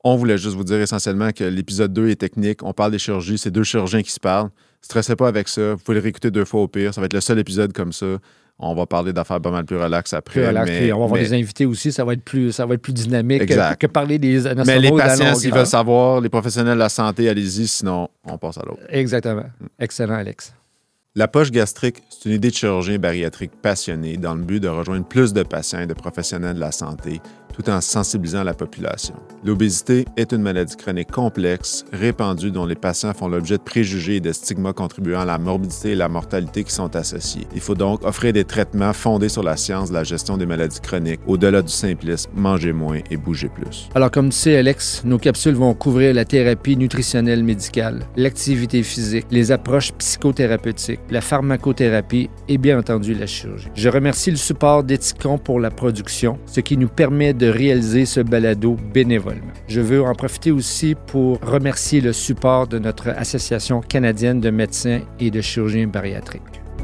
On voulait juste vous dire essentiellement que l'épisode 2 est technique. On parle des chirurgies. C'est 2 chirurgiens qui se parlent. Stressez pas avec ça. Vous pouvez le réécouter 2 fois au pire. Ça va être le seul épisode comme ça. On va parler d'affaires pas mal plus relax après. Puis on va avoir des invités aussi. Ça va être plus dynamique que parler des anastomoses. Mais les patients, s'ils veulent savoir, les professionnels de la santé, allez-y. Sinon, on passe à l'autre. Exactement. Excellent, Alex. La poche gastrique, c'est une idée de chirurgien bariatrique passionné dans le but de rejoindre plus de patients et de professionnels de la santé, tout en sensibilisant la population. L'obésité est une maladie chronique complexe, répandue, dont les patients font l'objet de préjugés et de stigmas contribuant à la morbidité et la mortalité qui sont associés. Il faut donc offrir des traitements fondés sur la science de la gestion des maladies chroniques, au-delà du simplisme, manger moins et bouger plus. Alors, comme tu sais, Alex, nos capsules vont couvrir la thérapie nutritionnelle médicale, l'activité physique, les approches psychothérapeutiques, la pharmacothérapie et bien entendu la chirurgie. Je remercie le support d'Ethicon pour la production, ce qui nous permet de réaliser ce balado bénévolement. Je veux en profiter aussi pour remercier le support de notre Association canadienne de médecins et de chirurgiens bariatriques.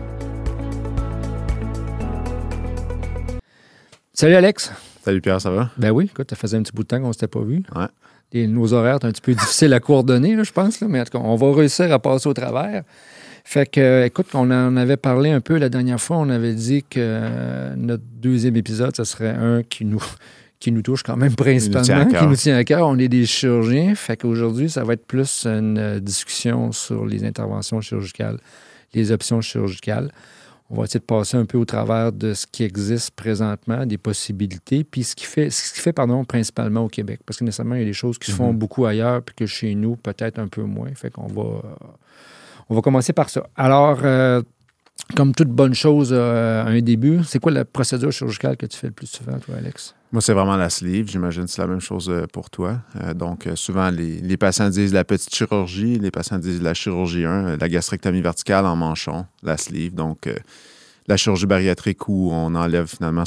Salut Alex! Salut Pierre, ça va? Ben oui, écoute, ça faisait un petit bout de temps qu'on ne s'était pas vu. Ouais. Nos horaires sont un petit peu difficiles à coordonner, là, je pense, là, mais en tout cas, on va réussir à passer au travers. Fait que, écoute, on en avait parlé un peu la dernière fois. On avait dit que notre 2e épisode, ce serait un qui nous touche quand même principalement, qui nous tient à cœur. On est des chirurgiens. Fait qu'aujourd'hui, ça va être plus une discussion sur les interventions chirurgicales, les options chirurgicales. On va essayer de passer un peu au travers de ce qui existe présentement, des possibilités, puis ce qui fait principalement au Québec. Parce que nécessairement, il y a des choses qui se font beaucoup ailleurs, puis que chez nous, peut-être un peu moins. Fait qu'on va commencer par ça. Alors, comme toute bonne chose à un début, c'est quoi la procédure chirurgicale que tu fais le plus souvent, toi, Alex? Moi, c'est vraiment la sleeve. J'imagine que c'est la même chose pour toi. Donc, souvent, les patients disent la petite chirurgie, les patients disent la chirurgie 1, la gastrectomie verticale en manchon, la sleeve. Donc, la chirurgie bariatrique où on enlève finalement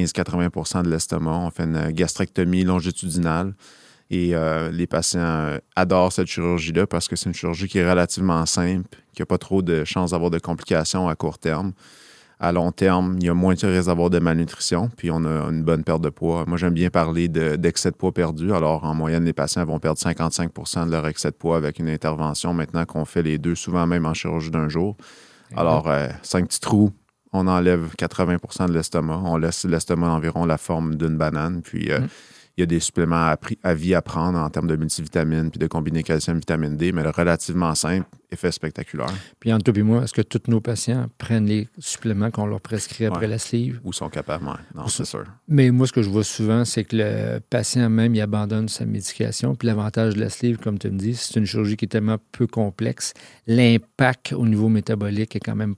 75-80% de l'estomac. On fait une gastrectomie longitudinale. Et les patients adorent cette chirurgie-là parce que c'est une chirurgie qui est relativement simple, qui n'a pas trop de chances d'avoir de complications à court terme. À long terme, il y a moins de risque d'avoir de malnutrition, puis on a une bonne perte de poids. Moi, j'aime bien parler d'excès de poids perdu. Alors, en moyenne, les patients vont perdre 55% de leur excès de poids avec une intervention. Maintenant qu'on fait les 2, souvent même en chirurgie d'un jour. Alors, 5 petits trous, on enlève 80% de l'estomac. On laisse l'estomac environ la forme d'une banane, puis... Il y a des suppléments à vie à prendre en termes de multivitamines puis de combiné calcium-vitamine D, mais relativement simple, effet spectaculaire. Puis entre toi et moi, est-ce que tous nos patients prennent les suppléments qu'on leur prescrit après la sleeve? Ou sont capables, oui. Non, c'est sûr. Mais moi, ce que je vois souvent, c'est que le patient même, il abandonne sa médication. Puis l'avantage de la sleeve, comme tu me dis, c'est une chirurgie qui est tellement peu complexe. L'impact au niveau métabolique est quand même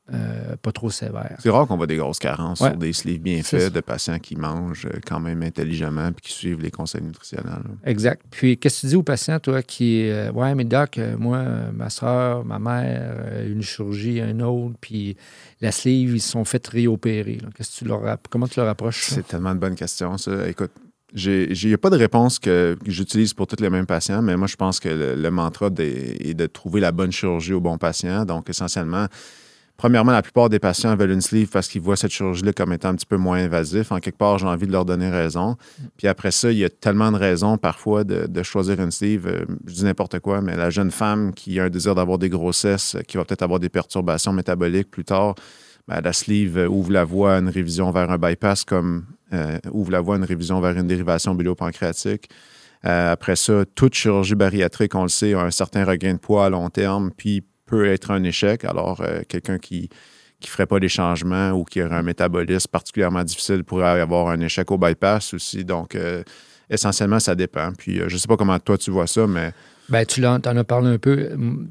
pas trop sévère. C'est rare qu'on voit des grosses carences sur des sleeves bien faits de patients qui mangent quand même intelligemment et qui suivent les conseils nutritionnels. Exact. Puis, qu'est-ce que tu dis aux patients, toi, qui... ouais, mais doc, moi, ma soeur, ma mère, une chirurgie, un autre, puis la sleeve, ils se sont fait réopérer. Comment tu leur approches ça? C'est tellement une bonne question, ça. Écoute, il n'y a pas de réponse que j'utilise pour tous les mêmes patients, mais moi, je pense que le mantra est de trouver la bonne chirurgie au bon patient. Donc, essentiellement... Premièrement, la plupart des patients veulent une sleeve parce qu'ils voient cette chirurgie-là comme étant un petit peu moins invasif. En quelque part, j'ai envie de leur donner raison. Puis après ça, il y a tellement de raisons parfois de choisir une sleeve. Je dis n'importe quoi, mais la jeune femme qui a un désir d'avoir des grossesses, qui va peut-être avoir des perturbations métaboliques plus tard, bien, la sleeve ouvre la voie à une révision vers un bypass comme ouvre la voie à une révision vers une dérivation biliopancréatique. Après ça, toute chirurgie bariatrique, on le sait, a un certain regain de poids à long terme, puis peut être un échec. Alors, quelqu'un qui ne ferait pas les changements ou qui aurait un métabolisme particulièrement difficile pourrait avoir un échec au bypass aussi. Donc, essentiellement, ça dépend. Puis, je ne sais pas comment toi tu vois ça, mais... Bien, tu en as parlé un peu.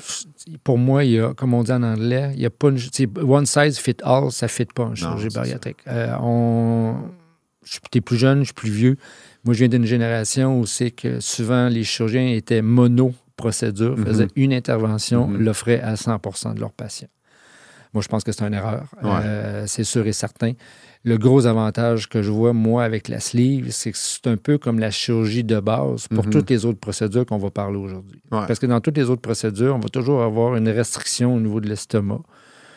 Pour moi, il y a, comme on dit en anglais, il n'y a pas une... One size fit all, ça ne fit pas en chirurgie bariatrique. Tu es plus jeune, je suis plus vieux. Moi, je viens d'une génération où c'est que souvent, les chirurgiens étaient mono-procédure, faisaient une intervention, l'offraient à 100% de leurs patients. Moi, je pense que c'est une erreur. C'est sûr et certain. Le gros avantage que je vois, moi, avec la sleeve, c'est que c'est un peu comme la chirurgie de base pour toutes les autres procédures qu'on va parler aujourd'hui. Parce que dans toutes les autres procédures, on va toujours avoir une restriction au niveau de l'estomac.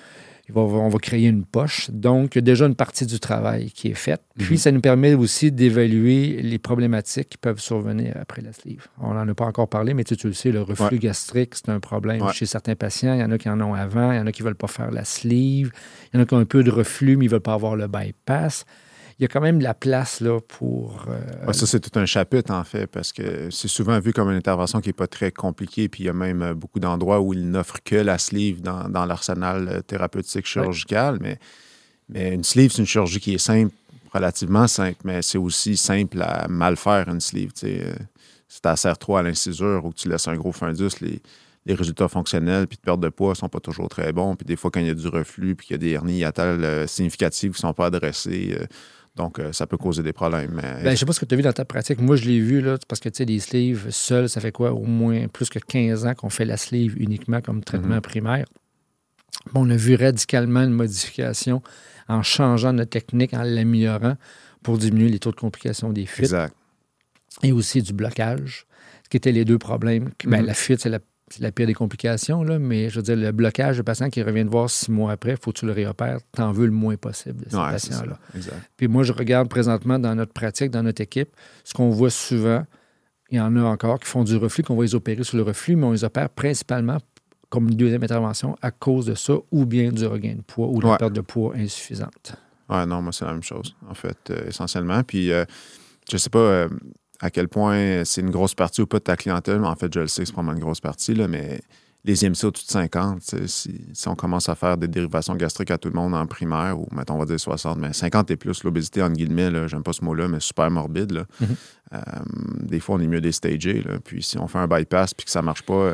On va créer une poche. Donc, il y a déjà une partie du travail qui est faite. Puis, ça nous permet aussi d'évaluer les problématiques qui peuvent survenir après la sleeve. On n'en a pas encore parlé, mais tu le sais, le reflux gastrique, c'est un problème chez certains patients. Il y en a qui en ont avant, il y en a qui ne veulent pas faire la sleeve, il y en a qui ont un peu de reflux, mais ils ne veulent pas avoir le bypass. Il y a quand même de la place là, pour... ça, c'est tout un chapitre, en fait, parce que c'est souvent vu comme une intervention qui n'est pas très compliquée, puis il y a même beaucoup d'endroits où ils n'offrent que la sleeve dans l'arsenal thérapeutique chirurgical, mais une sleeve, c'est une chirurgie qui est simple, relativement simple, mais c'est aussi simple à mal faire, une sleeve. Si tu as 3 à l'incisure ou que tu laisses un gros fundus, les résultats fonctionnels puis de perte de poids ne sont pas toujours très bons, puis des fois, quand il y a du reflux puis qu'il y a des hernies hiatales significatives qui ne sont pas adressées... Donc, ça peut causer des problèmes. Je ne sais pas ce que tu as vu dans ta pratique. Moi, je l'ai vu, là, parce que, tu sais, les sleeves seuls, ça fait quoi? Au moins plus que 15 ans qu'on fait la sleeve uniquement comme traitement primaire. Bon, on a vu radicalement une modification en changeant notre technique, en l'améliorant pour diminuer les taux de complications des fuites. Exact. Et aussi du blocage, ce qui étaient les deux problèmes. La fuite, c'est la pire des complications, là, mais je veux dire, le blocage, le patient qui revient te voir 6 mois après, il faut que tu le réopères, tu en veux le moins possible de ces patients-là. Puis moi, je regarde présentement dans notre pratique, dans notre équipe, ce qu'on voit souvent, il y en a encore qui font du reflux, qu'on va les opérer sur le reflux, mais on les opère principalement comme une deuxième intervention à cause de ça, ou bien du regain de poids ou de la perte de poids insuffisante. Oui, non, moi, c'est la même chose, en fait, essentiellement. Puis, je ne sais pas... à quel point c'est une grosse partie ou pas de ta clientèle. En fait, je le sais, c'est probablement une grosse partie, là, mais les IMC au-dessus de 50, si on commence à faire des dérivations gastriques à tout le monde en primaire, ou mettons, on va dire 60, mais 50 et plus, l'obésité, entre guillemets, là, j'aime pas ce mot-là, mais super morbide. Là. Des fois, on est mieux déstagé. Puis si on fait un bypass puis que ça marche pas,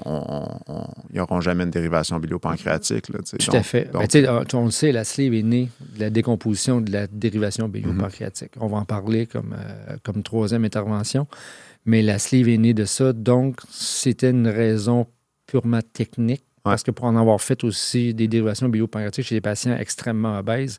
ils n'auront jamais une dérivation biliopancréatique. Là, tout à fait. On le sait, la sleeve est née de la décomposition de la dérivation biliopancréatique. On va en parler comme troisième intervention, mais la sleeve est née de ça. Donc, c'était une raison purement technique, parce que pour en avoir fait aussi des dérivations biliopancréatiques chez des patients extrêmement obèses,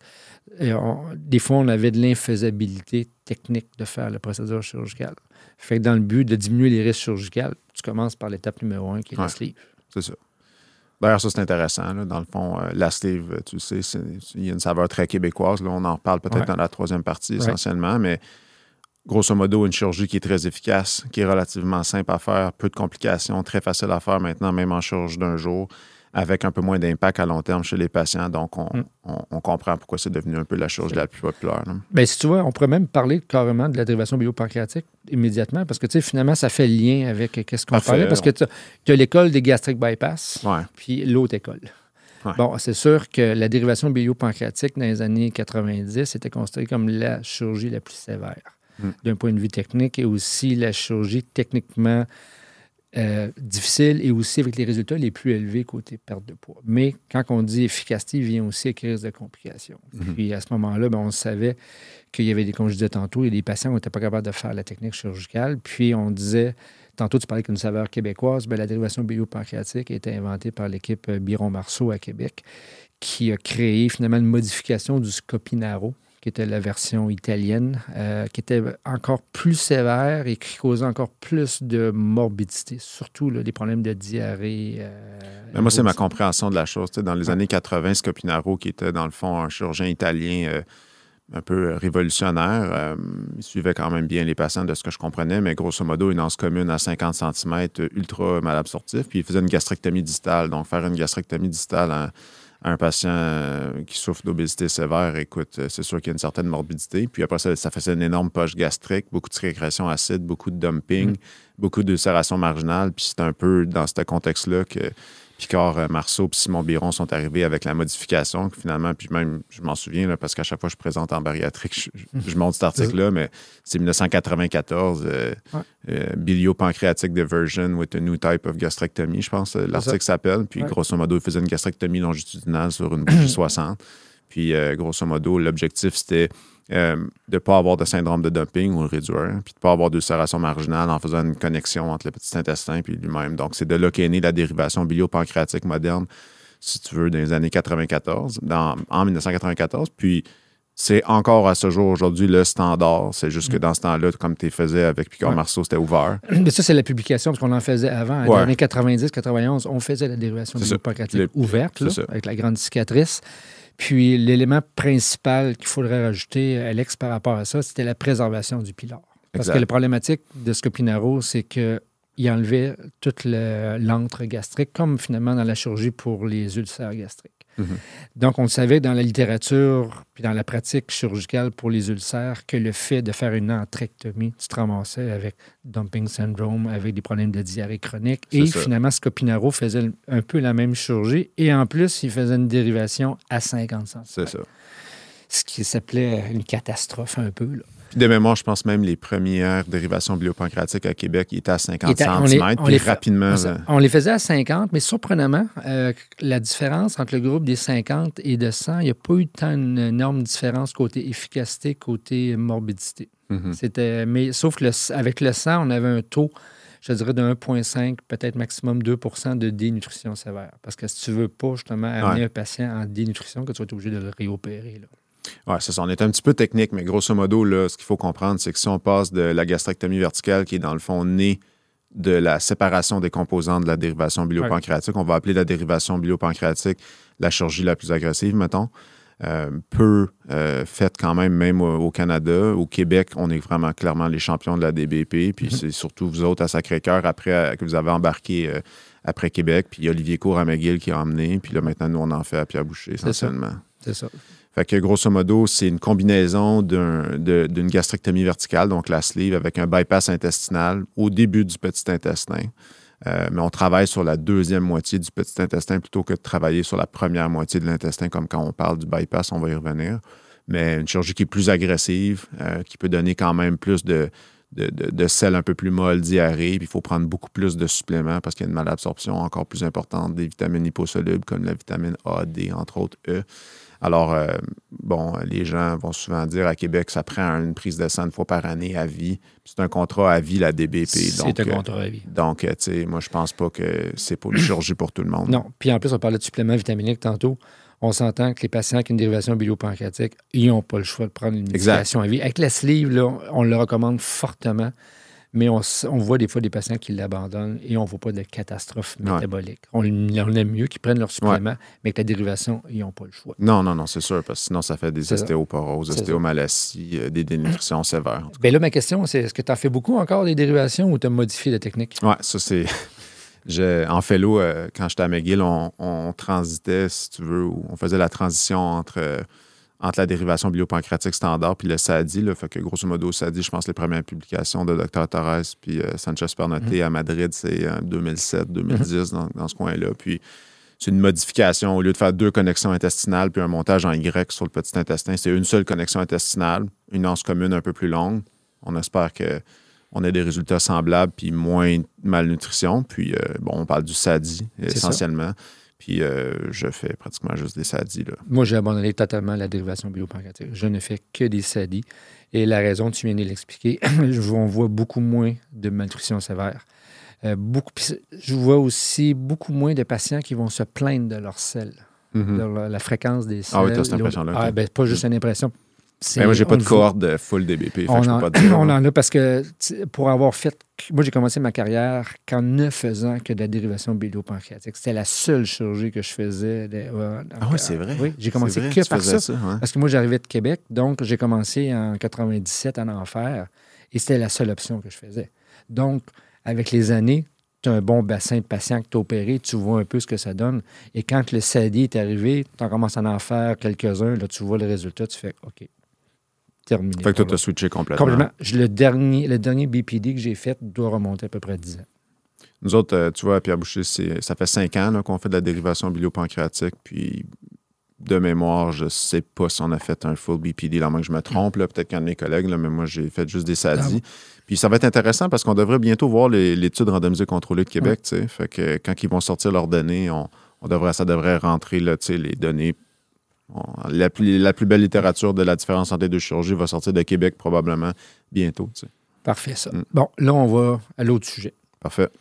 des fois, on avait de l'infaisabilité technique de faire la procédure chirurgicale. Fait que dans le but de diminuer les risques chirurgicaux, tu commences par l'étape numéro 1, qui est la sleeve. C'est ça. D'ailleurs, ça, c'est intéressant. Là. Dans le fond, la sleeve, tu sais, il y a une saveur très québécoise. Là. On en reparle peut-être dans la troisième partie, essentiellement, mais grosso modo, une chirurgie qui est très efficace, qui est relativement simple à faire, peu de complications, très facile à faire maintenant, même en chirurgie d'un jour, avec un peu moins d'impact à long terme chez les patients. Donc, on comprend pourquoi c'est devenu un peu la chirurgie la plus populaire. Bien, si tu vois, on pourrait même parler carrément de la dérivation biliopancréatique immédiatement, parce que, tu sais, finalement, ça fait lien avec ce qu'on parlait, parce que tu as l'école des gastric bypass, puis l'autre école. Bon, c'est sûr que la dérivation biliopancréatique dans les années 90 était considérée comme la chirurgie la plus sévère d'un point de vue technique et aussi la chirurgie techniquement difficile et aussi avec les résultats les plus élevés côté perte de poids. Mais quand on dit efficacité, il vient aussi avec risque de complications. Puis à ce moment-là, on savait qu'il y avait comme je disais tantôt, il y a des patients qui n'étaient pas capables de faire la technique chirurgicale. Puis on disait, tantôt tu parlais qu'une saveur québécoise, la dérivation biliopancréatique a été inventée par l'équipe Biron-Marceau à Québec, qui a créé finalement une modification du Scopinaro, qui était la version italienne, qui était encore plus sévère et qui causait encore plus de morbidité, surtout là, des problèmes de diarrhée. Mais moi, c'est ma compréhension de la chose. Dans les années 80, Scopinaro, qui était dans le fond un chirurgien italien un peu révolutionnaire, il suivait quand même bien les patients de ce que je comprenais, mais grosso modo, une anse commune à 50 cm, ultra malabsorptif, puis il faisait une gastrectomie distale. Donc, faire une gastrectomie distale à un patient qui souffre d'obésité sévère, écoute, c'est sûr qu'il y a une certaine morbidité. Puis après ça faisait une énorme poche gastrique, beaucoup de sécrétion acide, beaucoup de dumping, beaucoup d'ulcération marginale. Puis c'est un peu dans ce contexte-là que Picard, Marceau et Simon Biron sont arrivés avec la modification. Que finalement, puis même, je m'en souviens, là, parce qu'à chaque fois que je présente en bariatrique, je montre cet article-là, mais c'est 1994, biliopancréatic diversion with a new type of gastrectomy, je pense, l'article s'appelle. Puis grosso modo, il faisait une gastrectomie longitudinale sur une bougie 60. Puis grosso modo, l'objectif, c'était de ne pas avoir de syndrome de dumping ou le réduire, puis de ne pas avoir d'ulcération marginale en faisant une connexion entre le petit intestin et lui-même. Donc, c'est de là qu'est née la dérivation biliopancréatique moderne, si tu veux, dans les années 94, en 1994. Puis, C'est encore à ce jour aujourd'hui le standard. C'est juste que dans ce temps-là, comme tu faisais avec Picard-Marceau, c'était ouvert. Mais ça, c'est la publication, parce qu'on en faisait avant. Dans les années 90-91, on faisait la dérivation bilio-pancréatique ouverte, là, avec la grande cicatrice. Puis l'élément principal qu'il faudrait rajouter, Alex, par rapport à ça, c'était la préservation du pylore. Parce que la problématique de Scopinaro, c'est qu'il enlevait toute l'antre gastrique, comme finalement dans la chirurgie pour les ulcères gastriques. Donc, on savait dans la littérature puis dans la pratique chirurgicale pour les ulcères que le fait de faire une entrectomie, tu te ramassais avec dumping syndrome, avec des problèmes de diarrhée chronique. Et finalement, Scopinaro faisait un peu la même chirurgie. Et en plus, il faisait une dérivation à 50 cm. C'est ça. Ce qui s'appelait une catastrophe un peu, là. De mémoire, je pense même les premières dérivations biliopancréatiques à Québec, ils étaient à 50 cm. Puis rapidement... On les faisait à 50, mais surprenamment, la différence entre le groupe des 50 et de 100, il n'y a pas eu tant une énorme différence côté efficacité, côté morbidité. Sauf avec le 100, on avait un taux, je dirais, de 1,5, peut-être maximum 2 % de dénutrition sévère. Parce que si tu ne veux pas justement amener un patient en dénutrition, que tu vas être obligé de le réopérer, là. Oui, c'est ça. On est un petit peu technique, mais grosso modo, là, ce qu'il faut comprendre, c'est que si on passe de la gastrectomie verticale, qui est dans le fond née de la séparation des composants de la dérivation biliopancréatique, on va appeler la dérivation biliopancréatique la chirurgie la plus agressive, mettons, peu faite quand même au Canada. Au Québec, on est vraiment clairement les champions de la DBP, puis c'est surtout vous autres à Sacré-Cœur après que vous avez embarqué après Québec, puis Olivier Cour à McGill qui a emmené, puis là, maintenant, nous, on en fait à Pierre-Boucher, essentiellement. C'est ça. Fait que, grosso modo, c'est une combinaison d'une gastrectomie verticale, donc la sleeve, avec un bypass intestinal au début du petit intestin. Mais on travaille sur la deuxième moitié du petit intestin plutôt que de travailler sur la première moitié de l'intestin, comme quand on parle du bypass, on va y revenir. Mais une chirurgie qui est plus agressive, qui peut donner quand même plus de sel un peu plus molle, diarrhée, puis il faut prendre beaucoup plus de suppléments parce qu'il y a une malabsorption encore plus importante des vitamines liposolubles comme la vitamine A, D, entre autres E. Alors, les gens vont souvent dire à Québec, ça prend une prise de sang une fois par année à vie. C'est un contrat à vie, la DBP. C'est un contrat à vie. Donc, tu sais, moi, je pense pas que c'est pour une chirurgie pour tout le monde. Non. Puis en plus, on parlait de suppléments vitaminiques tantôt. On s'entend que les patients qui ont une dérivation biliopancréatique, ils n'ont pas le choix de prendre une médication à vie. Avec la sleeve, là, on le recommande fortement. Mais on voit des fois des patients qui l'abandonnent et on ne voit pas de catastrophe métabolique. On aime mieux qu'ils prennent leur supplément, mais avec la dérivation, ils n'ont pas le choix. Non, c'est sûr, parce que sinon, ça fait des ostéoporoses, ostéomalacies, des dénutritions sévères. Bien là, ma question, c'est est-ce que tu en fais beaucoup encore des dérivations ou tu as modifié la technique? Oui, ça, c'est... En fellow, quand j'étais à McGill, on transitait, si tu veux, ou on faisait la transition entre la dérivation biliopancréatique standard puis le SADI. Là, fait que grosso modo, SADI, je pense les premières publications de Dr. Torres puis Sanchez Pernotte à Madrid, c'est 2007-2010 dans ce coin-là. Puis c'est une modification. Au lieu de faire 2 connexions intestinales puis un montage en Y sur le petit intestin, c'est une seule connexion intestinale, une anse commune un peu plus longue. On espère qu'on ait des résultats semblables puis moins malnutrition. Puis, on parle du SADI essentiellement. Puis je fais pratiquement juste des SADI. Là. Moi, j'ai abandonné totalement la dérivation biliopancréatique. Je ne fais que des SADI. Et la raison, tu viens de l'expliquer, on voit beaucoup moins de malnutrition sévère. Je vois aussi beaucoup moins de patients qui vont se plaindre de leur sel, de la fréquence des selles. Ah oui, tu as cette impression-là. Pas juste une impression. Moi, j'ai pas de cohorte de full DBP. On en a parce que pour avoir fait... Moi, j'ai commencé ma carrière qu'en ne faisant que de la dérivation biliopancréatique. C'était la seule chirurgie que je faisais. Oui, c'est vrai. Oui, j'ai commencé que par ça. Parce que moi, j'arrivais de Québec, donc j'ai commencé en 97 à en faire et c'était la seule option que je faisais. Donc, avec les années, tu as un bon bassin de patients que tu as opéré, tu vois un peu ce que ça donne. Et quand le SADI est arrivé, tu en commences à en faire quelques-uns, là, tu vois le résultat, tu fais OK. Terminé. Fait que toi, tu as switché complètement. Le dernier BPD que j'ai fait doit remonter à peu près 10 ans. Nous autres, tu vois, à Pierre-Boucher, ça fait 5 ans là, qu'on fait de la dérivation biliopancréatique. Puis, de mémoire, je ne sais pas si on a fait un full BPD, là, moins que je me trompe. Peut-être qu'un de mes collègues, là, mais moi, j'ai fait juste des SADI. Puis, ça va être intéressant parce qu'on devrait bientôt voir l'étude randomisée contrôlée de Québec. Fait que quand ils vont sortir leurs données, ça devrait rentrer là, les données. La plus belle littérature de la différence entre les deux chirurgies va sortir de Québec probablement bientôt. Parfait, ça. Bon, là, on va à l'autre sujet. Parfait.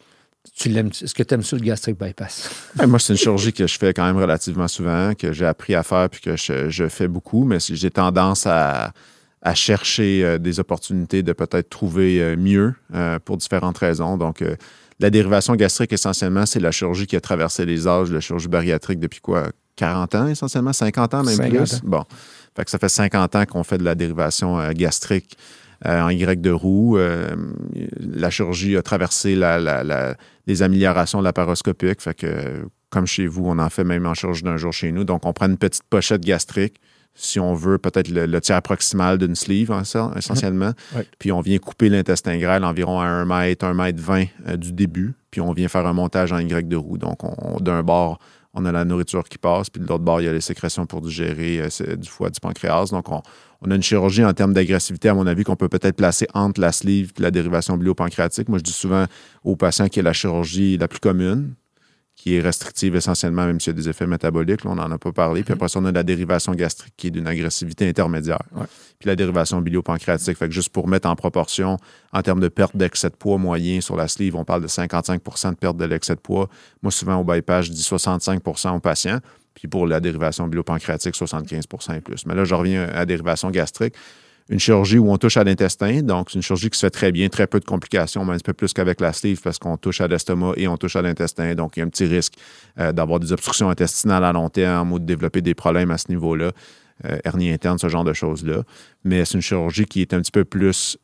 Est-ce que tu aimes ça, le gastric bypass? Moi, c'est une chirurgie que je fais quand même relativement souvent, que j'ai appris à faire puis que je fais beaucoup, mais j'ai tendance à chercher des opportunités de peut-être trouver mieux pour différentes raisons. Donc, la dérivation gastrique, essentiellement, c'est la chirurgie qui a traversé les âges, la chirurgie bariatrique depuis quoi? 40 ans, essentiellement? 50 ans, même 50 plus? Ans. Bon. Fait que ça fait 50 ans qu'on fait de la dérivation gastrique en Y de roue. La chirurgie a traversé les améliorations laparoscopiques. Fait que, comme chez vous, on en fait même en chirurgie d'un jour chez nous. Donc, on prend une petite pochette gastrique, si on veut, peut-être le tiers proximal d'une sleeve, essentiellement. Oui. Puis on vient couper l'intestin grêle environ à 1 mètre, 1 mètre 20 du début. Puis on vient faire un montage en Y de roue. Donc, d'un bord, on a la nourriture qui passe, puis de l'autre bord, il y a les sécrétions pour digérer du foie, du pancréas. Donc, on a une chirurgie en termes d'agressivité, à mon avis, qu'on peut peut-être placer entre la sleeve et la dérivation biliopancréatique. Moi, je dis souvent aux patients qu'il y a la chirurgie la plus commune, qui est restrictive essentiellement, même s'il y a des effets métaboliques. Là, on n'en a pas parlé. Puis après ça, on a la dérivation gastrique qui est d'une agressivité intermédiaire. Ouais. Puis la dérivation biliopancréatique. Fait que juste pour mettre en proportion, en termes de perte d'excès de poids moyen sur la sleeve, on parle de 55 de perte de l'excès de poids. Moi, souvent, au bypass, je dis 65 aux patients. Puis pour la dérivation biliopancréatique, 75 et plus. Mais là, je reviens à la dérivation gastrique. Une chirurgie où on touche à l'intestin. Donc, c'est une chirurgie qui se fait très bien, très peu de complications, mais un petit peu plus qu'avec la sleeve parce qu'on touche à l'estomac et on touche à l'intestin. Donc, il y a un petit risque d'avoir des obstructions intestinales à long terme ou de développer des problèmes à ce niveau-là, hernie interne, ce genre de choses-là. Mais c'est une chirurgie qui est un petit peu plus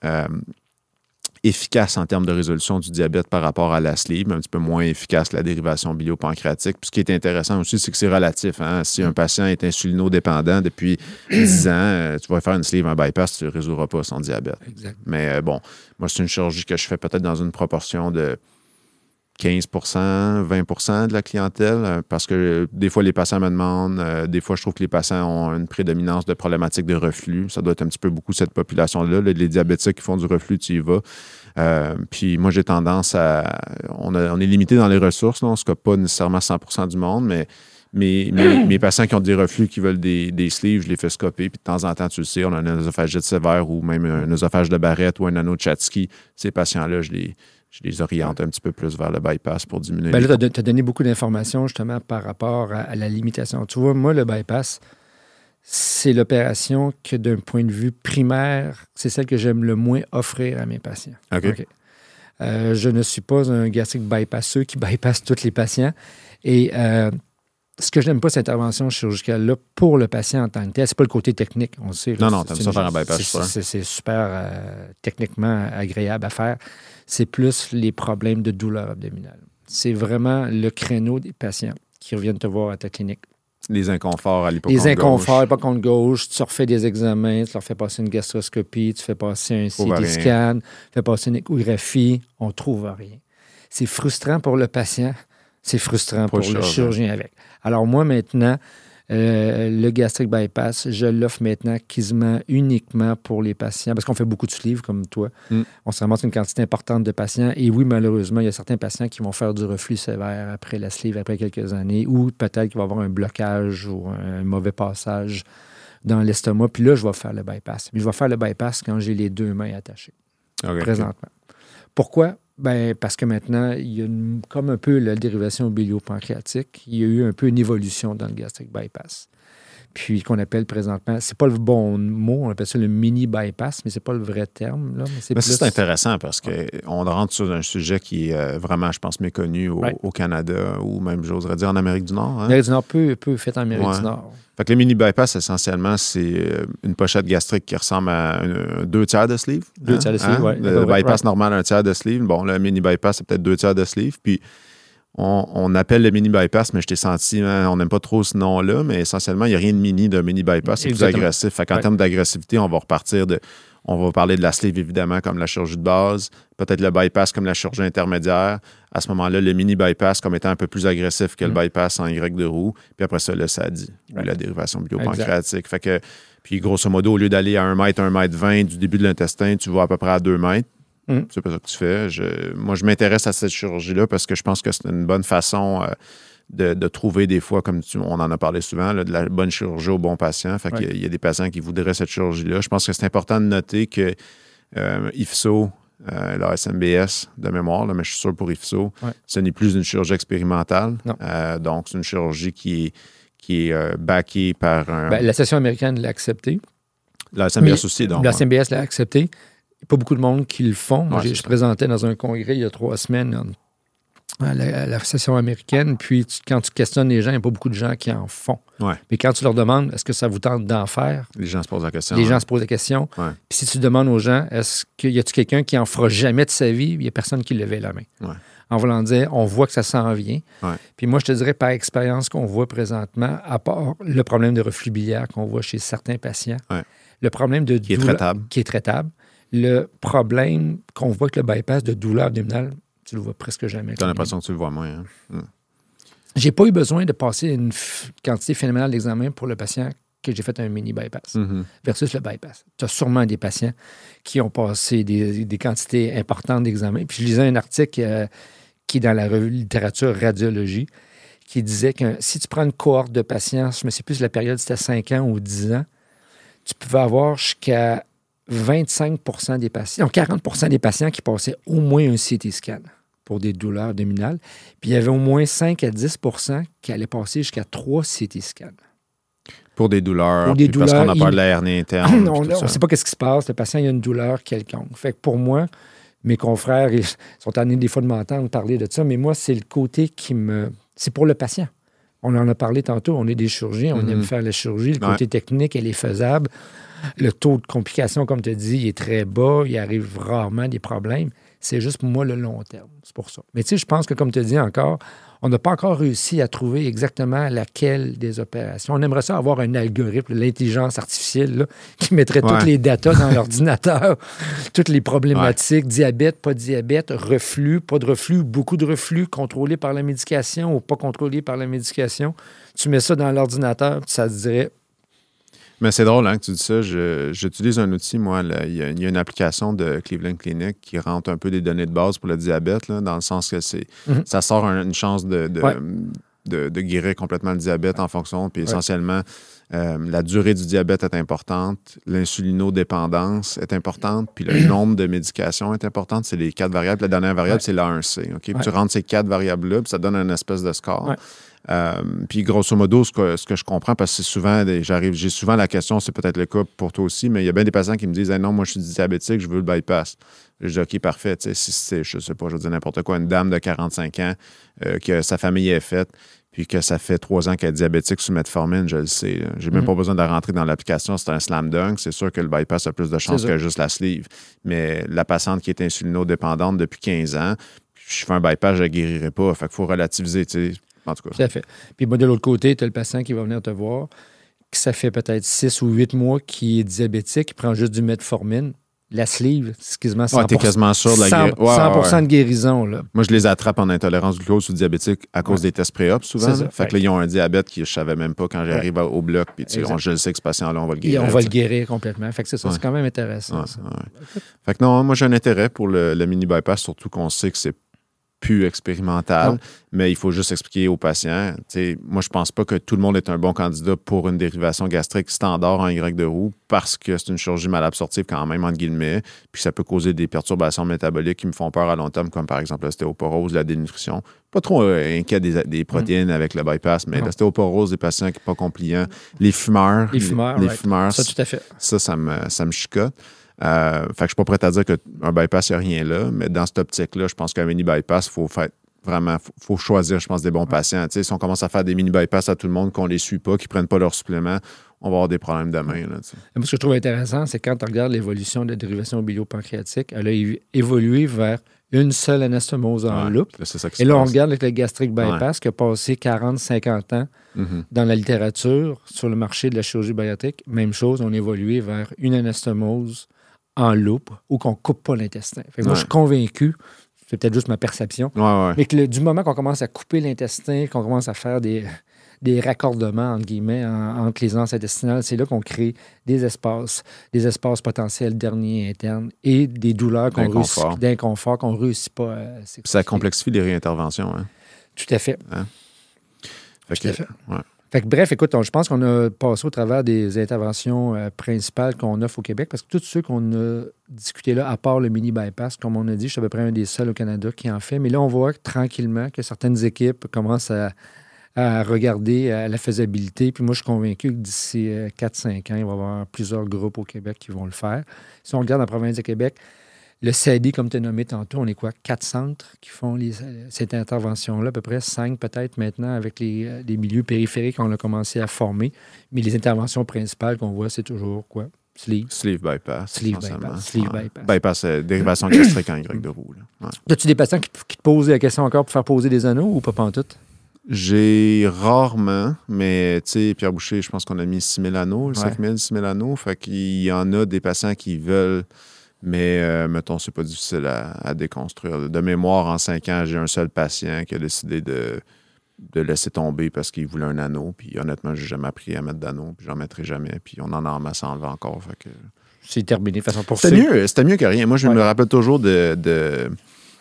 efficace en termes de résolution du diabète par rapport à la sleeve, mais un petit peu moins efficace la dérivation biliopancréatique. Puis ce qui est intéressant aussi, c'est que c'est relatif. Hein? Si un patient est insulinodépendant depuis 10 ans, tu vas faire une sleeve, un bypass, tu ne résoudras pas son diabète. Exact. Mais bon, moi, c'est une chirurgie que je fais peut-être dans une proportion de 15 20 de la clientèle, parce que des fois, les patients me demandent, des fois, je trouve que les patients ont une prédominance de problématiques de reflux. Ça doit être un petit peu beaucoup cette population-là. Les diabétiques qui font du reflux, tu y vas. Puis moi, j'ai tendance à... On est limité dans les ressources, là, on ne scope pas nécessairement 100% du monde, mais mes patients qui ont des reflux, qui veulent des sleeves, je les fais scoper. Puis de temps en temps, tu le sais, on a un œsophagite sévère ou même un œsophage de Barrett ou un anneau-Tchatsky. Ces patients-là, je les oriente un petit peu plus vers le bypass pour diminuer. Bien là, tu as donné beaucoup d'informations justement par rapport à la limitation. Tu vois, moi, le bypass, c'est l'opération que d'un point de vue primaire, c'est celle que j'aime le moins offrir à mes patients. OK. Je ne suis pas un gastrique bypasseux qui bypasse tous les patients. Et ce que je n'aime pas, cette intervention chirurgicale-là, pour le patient en tant que tel, c'est pas le côté technique, on sait. Là, non, tu aimes ça faire un bypass. C'est super techniquement agréable à faire. C'est plus les problèmes de douleur abdominale. C'est vraiment le créneau des patients qui reviennent te voir à ta clinique. Les inconforts à l'hypocompte gauche. Les inconforts à l'hypocompte gauche. Tu refais des examens, tu leur fais passer une gastroscopie, tu fais passer un CT scan, tu fais passer une échographie. On ne trouve rien. C'est frustrant pour le patient. C'est frustrant pour le chirurgien avec. Alors moi, maintenant, le gastric bypass, je l'offre maintenant quasiment uniquement pour les patients, parce qu'on fait beaucoup de sleeves comme toi. On se ramasse une quantité importante de patients. Et oui, malheureusement, il y a certains patients qui vont faire du reflux sévère après la sleeve, après quelques années, ou peut-être qu'il va y avoir un blocage ou un mauvais passage dans l'estomac. Puis là, je vais faire le bypass. Mais je vais faire le bypass quand j'ai les 2 mains attachées, présentement. Pourquoi? Ben, parce que maintenant, il y a comme un peu la dérivation biliopancréatique, il y a eu un peu une évolution dans le gastric bypass. Puis qu'on appelle présentement, c'est pas le bon mot, on appelle ça le mini bypass, mais c'est pas le vrai terme. Là, mais c'est intéressant parce qu'on rentre sur un sujet qui est vraiment, je pense, méconnu au Canada ou même, j'oserais dire, en Amérique du Nord. Hein? Amérique du Nord, peu fait en Amérique du Nord. Fait que le mini bypass, essentiellement, c'est une pochette gastrique qui ressemble à 2 tiers de sleeve. 2 tiers de sleeve, oui. Le bypass normal, 1 tiers de sleeve. Bon, le mini bypass, c'est peut-être 2 tiers de sleeve. Puis on appelle le mini bypass, mais je t'ai senti, on n'aime pas trop ce nom-là, mais essentiellement, il n'y a rien de mini d'un mini bypass. C'est plus agressif. Fait qu'en termes d'agressivité, on va repartir de... On va parler de la sleeve, évidemment, comme la chirurgie de base, peut-être le bypass comme la chirurgie intermédiaire. À ce moment-là, le mini bypass comme étant un peu plus agressif que le bypass en Y de roue. Puis après ça, le SADI, ou la dérivation biliopancréatique. Fait que, puis grosso modo, au lieu d'aller à 1 mètre, 1 mètre 20 du début de l'intestin, tu vas à peu près à 2 mètres. C'est pas ça que tu fais. Moi, je m'intéresse à cette chirurgie-là parce que je pense que c'est une bonne façon de trouver des fois, comme on en a parlé souvent, là, de la bonne chirurgie au bon patient. Fait qu'il y a des patients qui voudraient cette chirurgie-là. Je pense que c'est important de noter que IFSO, la SMBS de mémoire, là, mais je suis sûr pour IFSO, ce n'est plus une chirurgie expérimentale. Donc, c'est une chirurgie qui est backée par un... La session américaine l'a accepté. La SMBS aussi, donc. La SMBS l'a accepté. Il n'y a pas beaucoup de monde qui le font. Moi, je présentais dans un congrès il y a 3 semaines la session américaine, puis quand tu questionnes les gens, il n'y a pas beaucoup de gens qui en font. Mais quand tu leur demandes, est-ce que ça vous tente d'en faire? Les gens se posent la question. Les gens se posent la question. Puis si tu demandes aux gens, est-ce qu'il y a-t-il quelqu'un qui en fera jamais de sa vie? Il n'y a personne qui levait la main. En voulant dire, on voit que ça s'en vient. Puis moi, je te dirais, par expérience qu'on voit présentement, à part le problème de reflux biliaire qu'on voit chez certains patients, le problème de douleur... Qui est traitable. Le problème qu'on voit avec le bypass de douleur abdominale, tu le vois presque jamais. Tu as l'impression que tu le vois moins. Hein? J'ai pas eu besoin de passer une quantité phénoménale d'examens pour le patient que j'ai fait un mini bypass versus le bypass. Tu as sûrement des patients qui ont passé des quantités importantes d'examens. Puis je lisais un article qui est dans la revue littérature radiologie qui disait que si tu prends une cohorte de patients, je ne sais plus la période, c'était 5 ans ou 10 ans, tu pouvais avoir jusqu'à 25 des patients, non, 40 des patients qui passaient au moins un CT scan pour des douleurs abdominales. Puis il y avait au moins 5 à 10 qui allaient passer jusqu'à 3 CT scans. Pour des douleurs. Parce qu'on a peur de la hernie interne. On ne sait pas ce qui se passe. Le patient, il a une douleur quelconque. Fait que pour moi, mes confrères ils sont tannés des fois de m'entendre parler de ça, mais moi, c'est le côté qui me... C'est pour le patient. On en a parlé tantôt. On est des chirurgiens. On aime faire la chirurgie. Le côté technique, elle est faisable. Le taux de complication, comme tu as dit, il est très bas. Il arrive rarement des problèmes. C'est juste pour moi le long terme. C'est pour ça. Mais tu sais, je pense que, comme tu as dit encore, on n'a pas encore réussi à trouver exactement laquelle des opérations. On aimerait ça avoir un algorithme, l'intelligence artificielle, là, qui mettrait toutes les datas dans l'ordinateur, toutes les problématiques, diabète, pas de diabète, reflux, pas de reflux, beaucoup de reflux, contrôlé par la médication ou pas contrôlé par la médication. Tu mets ça dans l'ordinateur, ça te dirait... Mais c'est drôle que tu dis ça. J'utilise un outil, moi. Il y a une application de Cleveland Clinic qui rentre un peu des données de base pour le diabète, là, dans le sens que ça sort une chance de guérir complètement le diabète en fonction. Puis essentiellement, la durée du diabète est importante, l'insulinodépendance est importante, puis le nombre de médications est importante. C'est les 4 variables. La dernière variable, c'est l'A1C. Okay? Tu rentres ces 4 variables-là, puis ça donne une espèce de score. Puis grosso modo, ce que je comprends, parce que c'est souvent, j'ai souvent la question, c'est peut-être le cas pour toi aussi, mais il y a bien des patients qui me disent non, moi je suis diabétique, je veux le bypass. Je dis OK, parfait. Si c'est, je sais pas, je dis n'importe quoi, une dame de 45 ans, que sa famille est faite, puis que ça fait 3 ans qu'elle est diabétique sous metformine, je le sais. J'ai même pas besoin de la rentrer dans l'application, c'est un slam dunk. C'est sûr que le bypass a plus de chances que juste la sleeve. Mais la patiente qui est insulinodépendante depuis 15 ans, je fais un bypass, je ne la guérirai pas. Fait qu'il faut relativiser, tu sais. En tout cas. Tout à fait. Puis moi, de l'autre côté, tu as le patient qui va venir te voir, que ça fait peut-être 6 ou 8 mois qu'il est diabétique, qui prend juste du metformine. La sleeve, c'est quasiment 100%, t'es quasiment sûr de la 100% de guérison. Là. Moi, je les attrape en intolérance au glucose ou diabétique à cause des tests pré-op, souvent. Fait que là, ils ont un diabète que je ne savais même pas quand j'arrive au bloc. Puis je le sais que ce patient-là, on va le guérir. Et on va le guérir complètement. Fait que c'est ça, c'est quand même intéressant. Ça. Fait que non, moi, j'ai un intérêt pour le mini-bypass, surtout qu'on sait que c'est plus expérimental, mais il faut juste expliquer aux patients. Moi, je pense pas que tout le monde est un bon candidat pour une dérivation gastrique standard en Y de roue parce que c'est une chirurgie malabsorptive quand même, entre guillemets, puis ça peut causer des perturbations métaboliques qui me font peur à long terme, comme par exemple l'ostéoporose, la dénutrition. Pas trop inquiet des protéines avec le bypass, mais l'ostéoporose des patients qui sont pas compliants, les fumeurs. Les fumeurs, ça, tout à fait. Ça me chicote. Fait que je suis pas prêt à dire qu'un bypass, il n'y a rien là, mais dans cette optique-là, je pense qu'un mini-bypass, faut choisir, je pense, des bons patients. Si on commence à faire des mini-bypass à tout le monde, qu'on les suit pas, qu'ils prennent pas leurs suppléments, on va avoir des problèmes demain. Là, moi, ce que je trouve intéressant, c'est quand tu regardes l'évolution de la dérivation bilio-pancréatique, elle a évolué vers une seule anastomose en loupe. Et là, on regarde avec le gastric bypass qui a passé 40-50 ans dans la littérature sur le marché de la chirurgie bariatrique. Même chose, on a évolué vers une anastomose en loupe ou qu'on ne coupe pas l'intestin. Moi, je suis convaincu, c'est peut-être juste ma perception, mais que du moment qu'on commence à couper l'intestin, qu'on commence à faire des raccordements, entre guillemets, entre les anses intestinales, c'est là qu'on crée des espaces potentiels derniers internes et des douleurs d'inconfort qu'on ne réussit pas à s'expliquer. Ça complexifie les réinterventions. Hein? Tout à fait. Hein? Tout à fait. Fait que, bref, écoute, je pense qu'on a passé au travers des interventions principales qu'on offre au Québec, parce que tous ceux qu'on a discutés là, à part le mini bypass, comme on a dit, je suis à peu près un des seuls au Canada qui en fait. Mais là, on voit tranquillement que certaines équipes commencent à regarder la faisabilité. Puis moi, je suis convaincu que d'ici 4-5 ans, il va y avoir plusieurs groupes au Québec qui vont le faire. Si on regarde la province de Québec, le CAD, comme tu as nommé tantôt, on est quoi? 4 centres qui font cette intervention-là, à peu près 5 peut-être maintenant avec les milieux périphériques qu'on a commencé à former. Mais les interventions principales qu'on voit, c'est toujours quoi? Sleeve. Sleeve bypass. Sleeve bypass. Sleeve bypass. Bypass, dérivation gastrique en Y de roue. Ouais. As-tu des patients qui te posent la question encore pour faire poser des anneaux ou pas pantoute? J'ai rarement, mais tu sais, Pierre Boucher, je pense qu'on a mis 6 000 anneaux, 5 000, 6 000 anneaux. Fait qu'il y en a des patients qui veulent, mais mettons, c'est pas difficile à déconstruire. De mémoire, en 5 ans, j'ai un seul patient qui a décidé de laisser tomber parce qu'il voulait un anneau. Puis honnêtement, j'ai jamais appris à mettre d'anneau, puis j'en mettrai jamais. Puis on en a ramassé en enlever encore. Fait que... C'est terminé de façon pour C'était mieux que rien. Moi, je me rappelle toujours de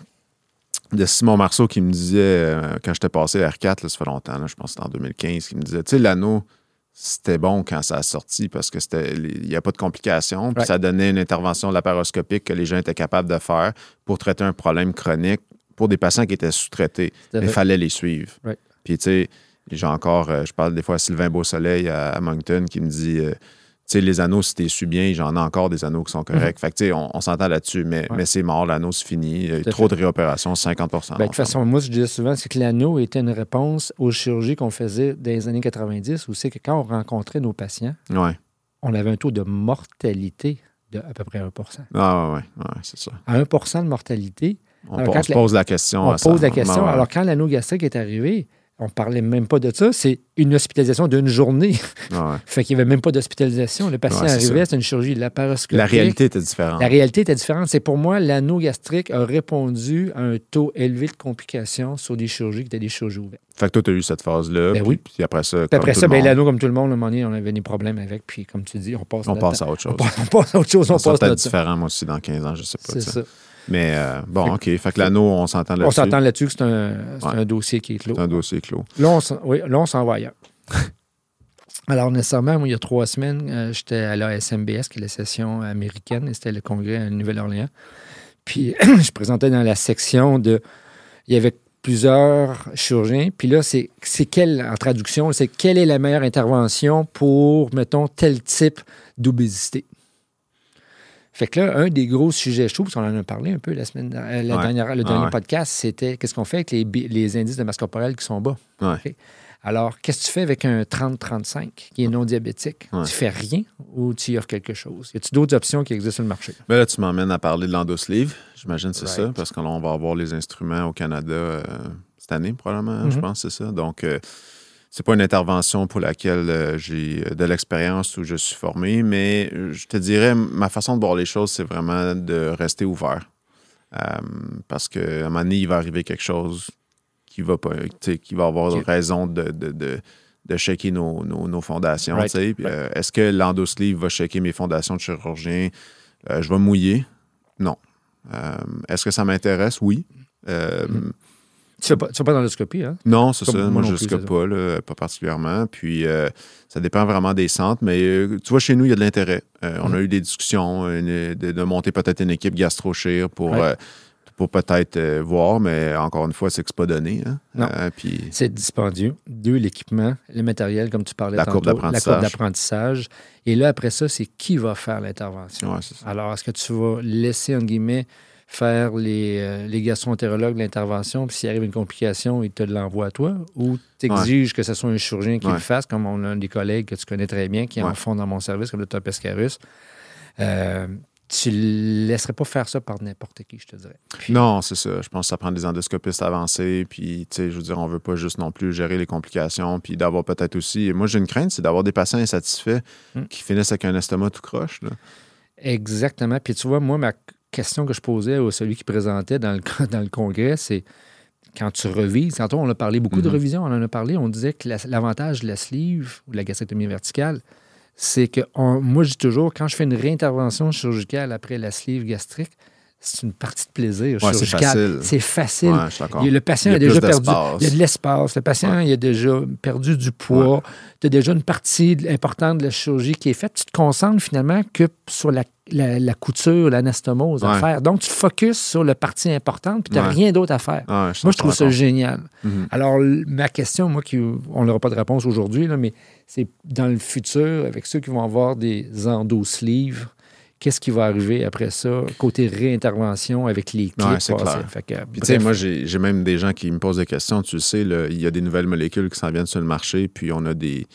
Simon Marceau qui me disait, quand j'étais passé à R4, là, ça fait longtemps, là, je pense que c'était en 2015, qui me disait, tu sais, l'anneau, c'était bon quand ça a sorti parce que il n'y a pas de complications. Puis ça donnait une intervention laparoscopique que les gens étaient capables de faire pour traiter un problème chronique pour des patients qui étaient sous-traités. Mais il fallait les suivre. Puis, tu sais, j'ai encore, je parle des fois à Sylvain Beausoleil à Moncton qui me dit... Tu sais, les anneaux, si tu su bien, j'en ai encore des anneaux qui sont corrects. Fait que, tu sais, on s'entend là-dessus, mais c'est mort, l'anneau, c'est fini. Il y a eu trop de réopérations, 50 de toute façon, moi, je disais souvent, c'est que l'anneau était une réponse aux chirurgies qu'on faisait dans les années 90, où c'est que quand on rencontrait nos patients, on avait un taux de mortalité de à peu près 1 Ah, ouais, c'est ça. À 1 de mortalité. On se pose la question. On pose la question. Alors, quand l'anneau gastrique est arrivé, on ne parlait même pas de ça. C'est une hospitalisation d'une journée. Fait qu'il n'y avait même pas d'hospitalisation. Le patient arrivait, c'était une chirurgie laparoscopique. La réalité était différente. La réalité était différente. C'est pour moi, l'anneau gastrique a répondu à un taux élevé de complications sur des chirurgies qui étaient des chirurgies ouvertes. Fait que toi, tu as eu cette phase-là. Puis après ça, l'anneau, comme tout le monde, à un moment donné, on avait des problèmes avec. Puis comme tu dis, on passe à autre chose. On passe à autre chose. Ça sera peut-être différent, moi aussi, dans 15 ans, je ne sais pas. C'est ça. Mais bon, OK. Fait que l'anneau, on s'entend là-dessus. On s'entend là-dessus que c'est un dossier qui est clos. C'est un dossier clos. Là, on s'en va ailleurs. Alors, nécessairement, moi, il y a 3 semaines, j'étais à la SMBS, qui est la session américaine, et c'était le congrès à Nouvelle-Orléans. Puis, je présentais dans la section il y avait plusieurs chirurgiens. Puis là, c'est quelle, en traduction, c'est quelle est la meilleure intervention pour, mettons, tel type d'obésité. Fait que là, un des gros sujets chauds, parce qu'on en a parlé un peu le dernier podcast, c'était qu'est-ce qu'on fait avec les indices de masse corporelle qui sont bas. Okay? Alors, qu'est-ce que tu fais avec un 30-35 qui est non diabétique? Tu fais rien ou tu y offres quelque chose? Y a-t-il d'autres options qui existent sur le marché? Ben là, tu m'emmènes à parler de l'endosleeve. J'imagine que c'est ça, parce qu'on va avoir les instruments au Canada cette année, probablement, je pense que c'est ça. Donc, c'est pas une intervention pour laquelle j'ai de l'expérience ou je suis formé, mais je te dirais, ma façon de voir les choses, c'est vraiment de rester ouvert. Parce qu'à un moment donné, il va arriver quelque chose qui va pas, qui va avoir raison de shaker nos fondations. Est-ce que l'endosleeve va shaker mes fondations de chirurgien? Je vais mouiller? Non. Est-ce que ça m'intéresse? Oui. Tu ne fais pas d'endoscopie, hein? Non, c'est ça. Moi, je ne scope pas particulièrement. Puis, ça dépend vraiment des centres. Mais tu vois, chez nous, il y a de l'intérêt. On a eu des discussions de monter peut-être une équipe gastro-chir pour peut-être voir. Mais encore une fois, c'est que ce n'est pas donné. Hein? Non. C'est dispendieux. 2, l'équipement, le matériel, comme tu parlais tantôt. La courbe d'apprentissage. Et là, après ça, c'est qui va faire l'intervention. Ouais, c'est ça. Alors, est-ce que tu vas laisser, entre guillemets, faire les gastro-entérologues l'intervention, puis s'il arrive une complication, ils te l'envoient à toi, ou tu exiges que ce soit un chirurgien qui le fasse, comme on a des collègues que tu connais très bien, qui en font dans mon service, comme le Dr Pescarus. Tu ne laisserais pas faire ça par n'importe qui, je te dirais. Puis, non, c'est ça. Je pense que ça prend des endoscopistes avancés, puis, tu sais, je veux dire, on ne veut pas juste non plus gérer les complications, puis d'avoir peut-être aussi... Moi, j'ai une crainte, c'est d'avoir des patients insatisfaits qui finissent avec un estomac tout croche, là. Exactement. Puis tu vois, moi, ma question que je posais à celui qui présentait dans le congrès, c'est quand tu revises, tantôt on a parlé beaucoup de révision, on en a parlé, on disait que l'avantage de la sleeve ou de la gastrectomie verticale, c'est que moi je dis toujours, quand je fais une réintervention chirurgicale après la sleeve gastrique, c'est une partie de plaisir Ouais, chirurgical. C'est facile. Ouais, je suis d'accord. Le patient a déjà perdu. Il y a de l'espace. Le patient il a déjà perdu du poids. Tu as déjà une partie importante de la chirurgie qui est faite. Tu te concentres finalement que sur la couture, l'anastomose à faire. Donc, tu te focuses sur la partie importante puis tu n'as rien d'autre à faire. Moi, je trouve ça génial. Alors, ma question, moi, on n'aura pas de réponse aujourd'hui, là, mais c'est dans le futur, avec ceux qui vont avoir des endo-sleeves, qu'est-ce qui va arriver après ça, côté réintervention avec les clips? Ouais, c'est clair. Puis, tu sais, moi, j'ai même des gens qui me posent des questions. Tu le sais, il y a des nouvelles molécules qui s'en viennent sur le marché, puis on a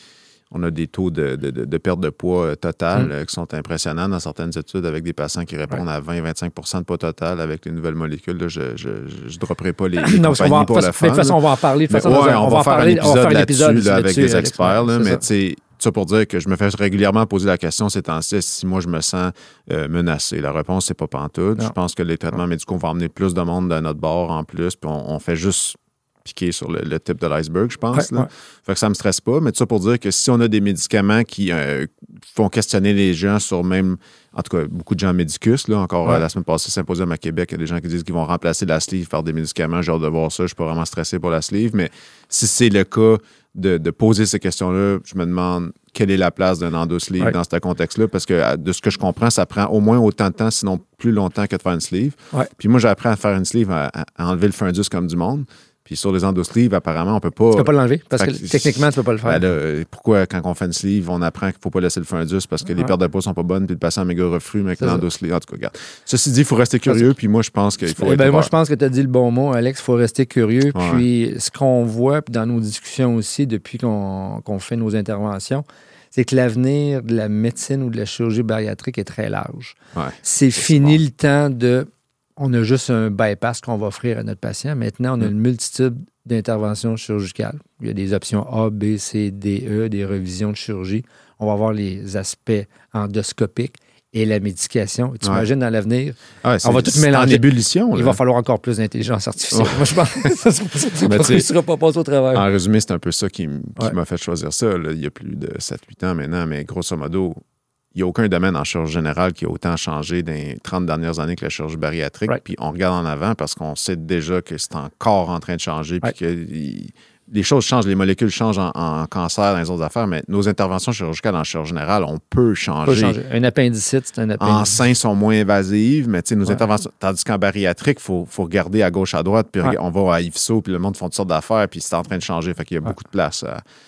des taux de perte de poids total qui sont impressionnants dans certaines études avec des patients qui répondent à 20-25 de poids total avec les nouvelles molécules. Là, je ne dropperai pas les compagnies pour le fun. De toute façon, on va en parler. On va faire un épisode là-dessus avec des experts. Mais tu sais, ça pour dire que je me fais régulièrement poser la question ces temps-ci si moi je me sens menacé. La réponse, c'est pas pantoute. Je pense que les traitements médicaux vont emmener plus de monde de notre bord en plus, puis on fait juste piquer sur le type de l'iceberg, je pense. Fait que ça me stresse pas. Mais tout ça pour dire que si on a des médicaments qui font questionner les gens sur même, en tout cas, beaucoup de gens médicus, là, encore la semaine passée, Symposium à Québec, il y a des gens qui disent qu'ils vont remplacer la sleeve par des médicaments. J'ai hâte de voir ça. Je suis pas vraiment stressé pour la sleeve. Mais si c'est le cas de poser ces questions-là, je me demande quelle est la place d'un endo-sleeve dans ce contexte-là, parce que de ce que je comprends, ça prend au moins autant de temps, sinon plus longtemps que de faire une sleeve. Puis moi, j'ai appris à faire une sleeve, à enlever le fundus comme du monde. Puis sur les endo-sleeves, apparemment, on peut pas... Tu peux pas l'enlever, parce que techniquement, tu peux pas le faire. Ben là, pourquoi, quand on fait une sleeve, on apprend qu'il faut pas laisser le fundus parce que les pertes de poids sont pas bonnes, puis le patient a méga reflux, mais avec l'endo-sleeve... En tout cas, regarde. Ceci dit, il faut rester curieux, puis moi, je pense qu'il faut moi, je pense que tu as dit le bon mot, Alex, il faut rester curieux. Puis ce qu'on voit puis dans nos discussions aussi, depuis qu'on fait nos interventions, c'est que l'avenir de la médecine ou de la chirurgie bariatrique est très large. C'est fini le temps de... On a juste un bypass qu'on va offrir à notre patient. Maintenant, on a une multitude d'interventions chirurgicales. Il y a des options A, B, C, D, E, des revisions de chirurgie. On va voir les aspects endoscopiques et la médication. Tu imagines dans l'avenir, on va tout mélanger. En ébullition. Il va falloir encore plus d'intelligence artificielle. Moi, je pense que ça ne sera pas passé au travers. En résumé, c'est un peu ça qui m'a fait choisir ça. Là, il y a plus de 7-8 ans maintenant, mais grosso modo, il n'y a aucun domaine en chirurgie générale qui a autant changé dans les 30 dernières années que la chirurgie bariatrique. Puis on regarde en avant parce qu'on sait déjà que c'est encore en train de changer, puis que les choses changent, les molécules changent en cancer, dans les autres affaires, mais nos interventions chirurgicales en chirurgie générale, on peut changer. Un appendicite, c'est un appendicite. En sein, sont moins invasives, mais nos interventions... Tandis qu'en bariatrique, il faut regarder à gauche, à droite, puis on va à IFSO, puis le monde font toutes sortes d'affaires, puis c'est en train de changer. Fait qu'il y a beaucoup de place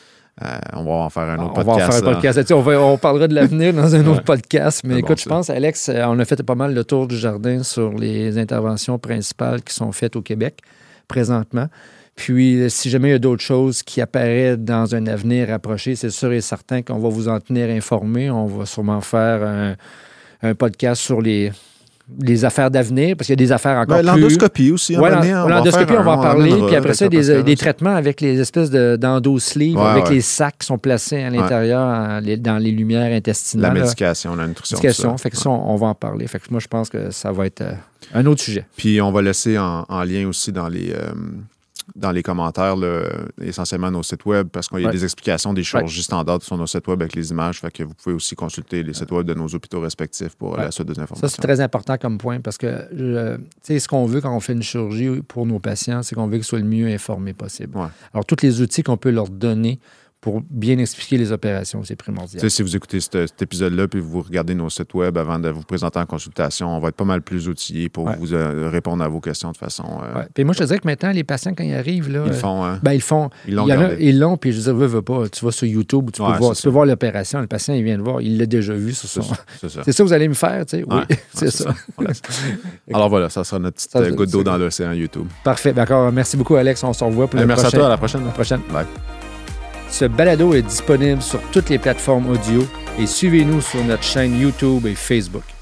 on va en faire un autre podcast. On va en faire un podcast. On parlera de l'avenir dans un autre podcast. Mais écoute, je pense, Alex, on a fait pas mal le tour du jardin sur les interventions principales qui sont faites au Québec présentement. Puis, si jamais il y a d'autres choses qui apparaissent dans un avenir rapproché, c'est sûr et certain qu'on va vous en tenir informé. On va sûrement faire un podcast sur les affaires d'avenir, parce qu'il y a des affaires encore plus... L'endoscopie aussi. L'endoscopie, on va en parler. Puis après ça, des traitements avec les espèces d'endo-sleeves, avec les sacs qui sont placés à l'intérieur dans les lumières intestinales. La médication, la nutrition. Fait que ça, on va en parler. Fait que moi, je pense que ça va être un autre sujet. Puis on va laisser en lien aussi dans les commentaires, là, essentiellement nos sites web, parce qu'il y a des explications des chirurgies standards sur nos sites web avec les images. Fait que vous pouvez aussi consulter les sites web de nos hôpitaux respectifs pour la suite des informations. Ça, c'est très important comme point, parce que ce qu'on veut quand on fait une chirurgie pour nos patients, c'est qu'on veut qu'ils soient le mieux informés possible. Alors, tous les outils qu'on peut leur donner pour bien expliquer les opérations, c'est primordial. Si vous écoutez cet épisode-là puis vous regardez nos sites web avant de vous présenter en consultation, on va être pas mal plus outillés pour vous répondre à vos questions de façon... Puis moi, je te dirais que maintenant, les patients, quand ils arrivent... Là, ils font... Ils l'ont, puis je veux dire, veux pas. Tu vas sur YouTube, tu peux voir l'opération. Le patient, il vient de voir. Il l'a déjà vu sur son... C'est ça que vous allez me faire, tu sais? Oui, c'est ça. Alors voilà, ça sera notre petite goutte d'eau dans l'océan YouTube. Parfait. D'accord. Merci beaucoup, Alex. On se revoit pour le prochain. Merci à toi. À la prochaine. Bye. Ce balado est disponible sur toutes les plateformes audio et suivez-nous sur notre chaîne YouTube et Facebook.